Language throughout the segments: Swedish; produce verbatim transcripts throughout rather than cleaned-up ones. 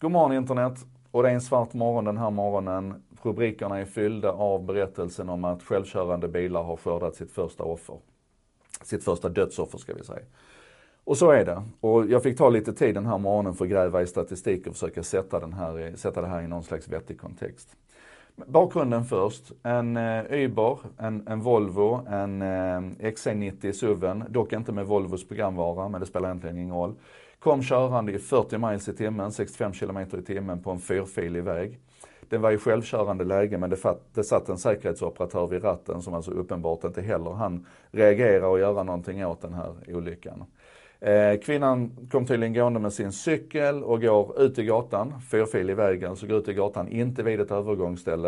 God morgon internet, och det är en svart morgon den här morgonen. Rubrikerna är fyllda av berättelsen om att självkörande bilar har skördat sitt första offer. Sitt första dödsoffer ska vi säga. Och så är det. Och jag fick ta lite tid den här morgonen för att gräva i statistik och försöka sätta, den här, sätta det här i någon slags vettig kontext. Bakgrunden först. En eh, Uber, en, en Volvo, en eh, X C nittio S U V:en, dock inte med Volvos programvara, men det spelar egentligen ingen roll. Kom körande i fyrtio miles i timmen, sextiofem kilometer i timmen på en fyrfilig väg. Den var i självkörande läge, men det, fatt, det satt en säkerhetsoperatör vid ratten som alltså uppenbart inte heller han reagera och göra någonting åt den här olyckan. Eh, kvinnan kom tydligen gående med sin cykel och går ut i gatan, fyrfilig väg, alltså går ut i gatan, inte vid ett övergångsställe.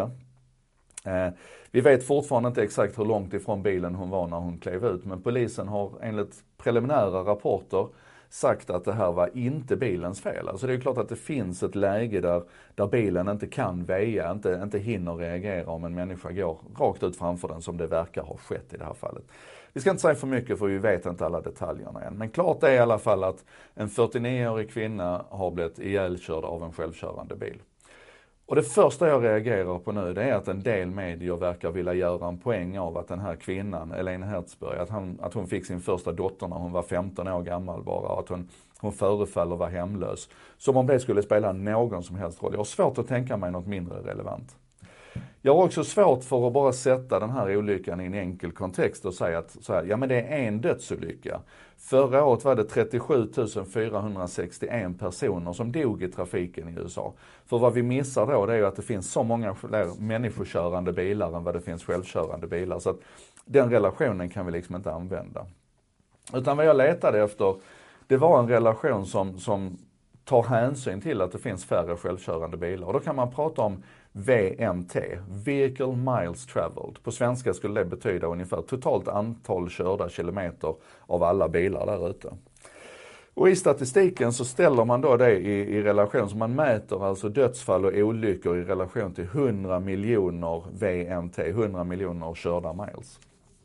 Eh, vi vet fortfarande inte exakt hur långt ifrån bilen hon var när hon klev ut, men polisen har enligt preliminära rapporter sagt att det här var inte bilens fel. Alltså det är klart att det finns ett läge där, där bilen inte kan väja, inte, inte hinner reagera om en människa går rakt ut framför den, som det verkar ha skett i det här fallet. Vi ska inte säga för mycket för vi vet inte alla detaljerna än. Men klart är i alla fall att en fyrtionioårig kvinna har blivit ihjälkörd av en självkörande bil. Och det första jag reagerar på nu, det är att en del medier verkar vilja göra en poäng av att den här kvinnan, Elaine Herzberg, att, han, att hon fick sin första dotter när hon var femton år gammal bara, och att hon, hon förefaller vara hemlös. Som om det skulle spela någon som helst roll. Jag har svårt att tänka mig något mindre relevant. Jag har också svårt för att bara sätta den här olyckan i en enkel kontext och säga att så här, ja men det är en dödsolycka. Förra året var det trettiosju tusen fyrahundrasextioen personer som dog i trafiken i U S A. För vad vi missar då, det är ju att det finns så många fler människokörande bilar än vad det finns självkörande bilar. Så att den relationen kan vi liksom inte använda. Utan vad jag letade efter, det var en relation som, som tar hänsyn till att det finns färre självkörande bilar. Och då kan man prata om V M T, Vehicle Miles Traveled. På svenska skulle det betyda ungefär totalt antal körda kilometer av alla bilar där ute. Och i statistiken så ställer man då det i, i relation, så man mäter alltså dödsfall och olyckor i relation till hundra miljoner V M T, hundra miljoner körda miles.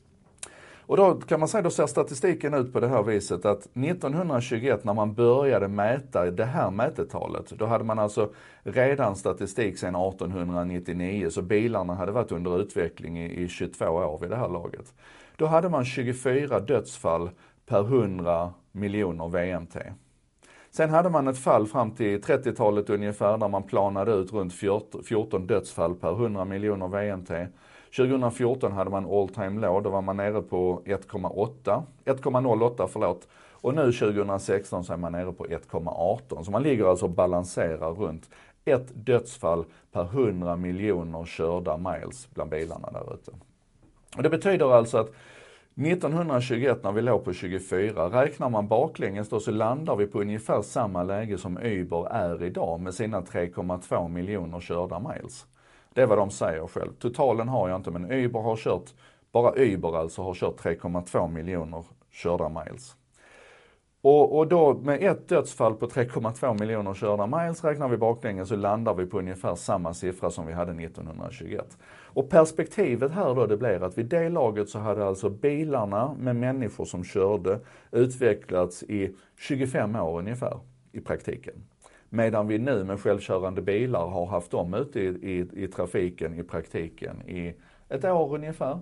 Och då kan man säga, då ser statistiken ut på det här viset att nittonhundratjugoett när man började mäta det här mätetalet, då hade man alltså redan statistik sedan artonhundranittionio, så bilarna hade varit under utveckling i, i tjugotvå år vid det här laget. Då hade man tjugofyra dödsfall per hundra miljoner V M T. Sen hade man ett fall fram till trettiotalet ungefär där man planade ut runt fjorton dödsfall per hundra miljoner V M T. tjugohundrafjorton hade man all time low, då var man nere på ett komma noll åtta förlåt. Och nu tjugohundrasexton så är man nere på ett komma arton. Så man ligger alltså och balanserar runt ett dödsfall per hundra miljoner körda miles bland bilarna där ute. Och det betyder alltså att nittonhundratjugoett när vi låg på tjugofyra, räknar man baklänges då så landar vi på ungefär samma läge som Uber är idag med sina tre komma två miljoner körda miles. Det är vad de säger själv. Totalen har jag inte, men Uber har kört, bara Uber alltså har kört tre komma två miljoner körda miles. Och, och då med ett dödsfall på tre komma två miljoner körda miles räknar vi baklänges så landar vi på ungefär samma siffra som vi hade nittonhundratjugoett. Och perspektivet här då det blir att vid det laget så hade alltså bilarna med människor som körde utvecklats i tjugofem år ungefär i praktiken. Medan vi nu med självkörande bilar har haft dem ute i, i, i trafiken i praktiken i ett år ungefär.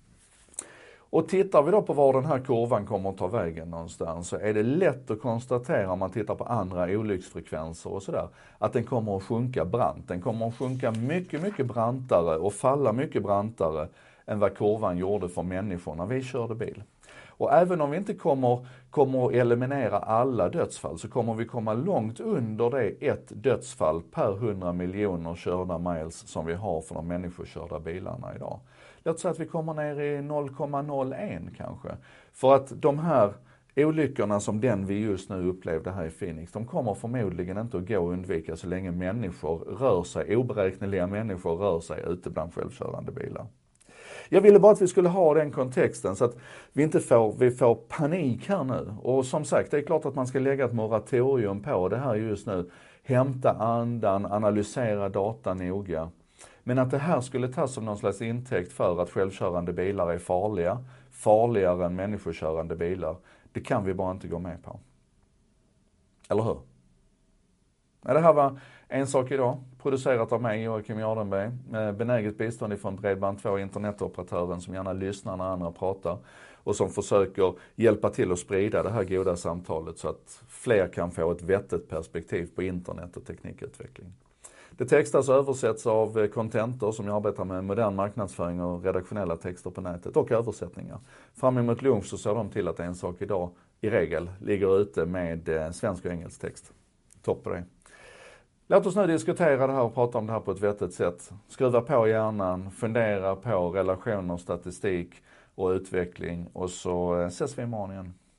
Och tittar vi då på var den här kurvan kommer att ta vägen någonstans, så är det lätt att konstatera om man tittar på andra olycksfrekvenser och sådär, att den kommer att sjunka brant. Den kommer att sjunka mycket, mycket brantare och falla mycket brantare än vad kurvan gjorde för människor när vi körde bil. Och även om vi inte kommer, kommer att eliminera alla dödsfall så kommer vi komma långt under det ett dödsfall per hundra miljoner körda miles som vi har för de människokörda bilarna idag. Låt säga att vi kommer ner i noll komma noll ett kanske. För att de här olyckorna som den vi just nu upplevde här i Phoenix, de kommer förmodligen inte att gå att undvika så länge människor rör sig, oberäkneliga människor rör sig ute bland självkörande bilar. Jag ville bara att vi skulle ha den kontexten så att vi inte får, vi får panik här nu. Och som sagt, det är klart att man ska lägga ett moratorium på det här just nu. Hämta andan, analysera data noga. Men att det här skulle tas som någon slags intäkt för att självkörande bilar är farliga, farligare än människokörande bilar, det kan vi bara inte gå med på. Eller hur? Men det här var En sak idag, producerat av mig, Joakim Jardenberg. Benäget bistånd ifrån Bredband två, internetoperatören som gärna lyssnar när andra pratar. Och som försöker hjälpa till att sprida det här goda samtalet så att fler kan få ett vettigt perspektiv på internet och teknikutveckling. Det textas och översätts av Contentor som arbetar med modern marknadsföring och redaktionella texter på nätet och översättningar. Fram emot lunch så ser de till att En sak idag i regel ligger ute med svensk och engelsk text. Topp på det. Låt oss nu diskutera det här och prata om det här på ett vettigt sätt. Skruva på hjärnan, fundera på relationer, statistik och utveckling och så ses vi imorgon igen.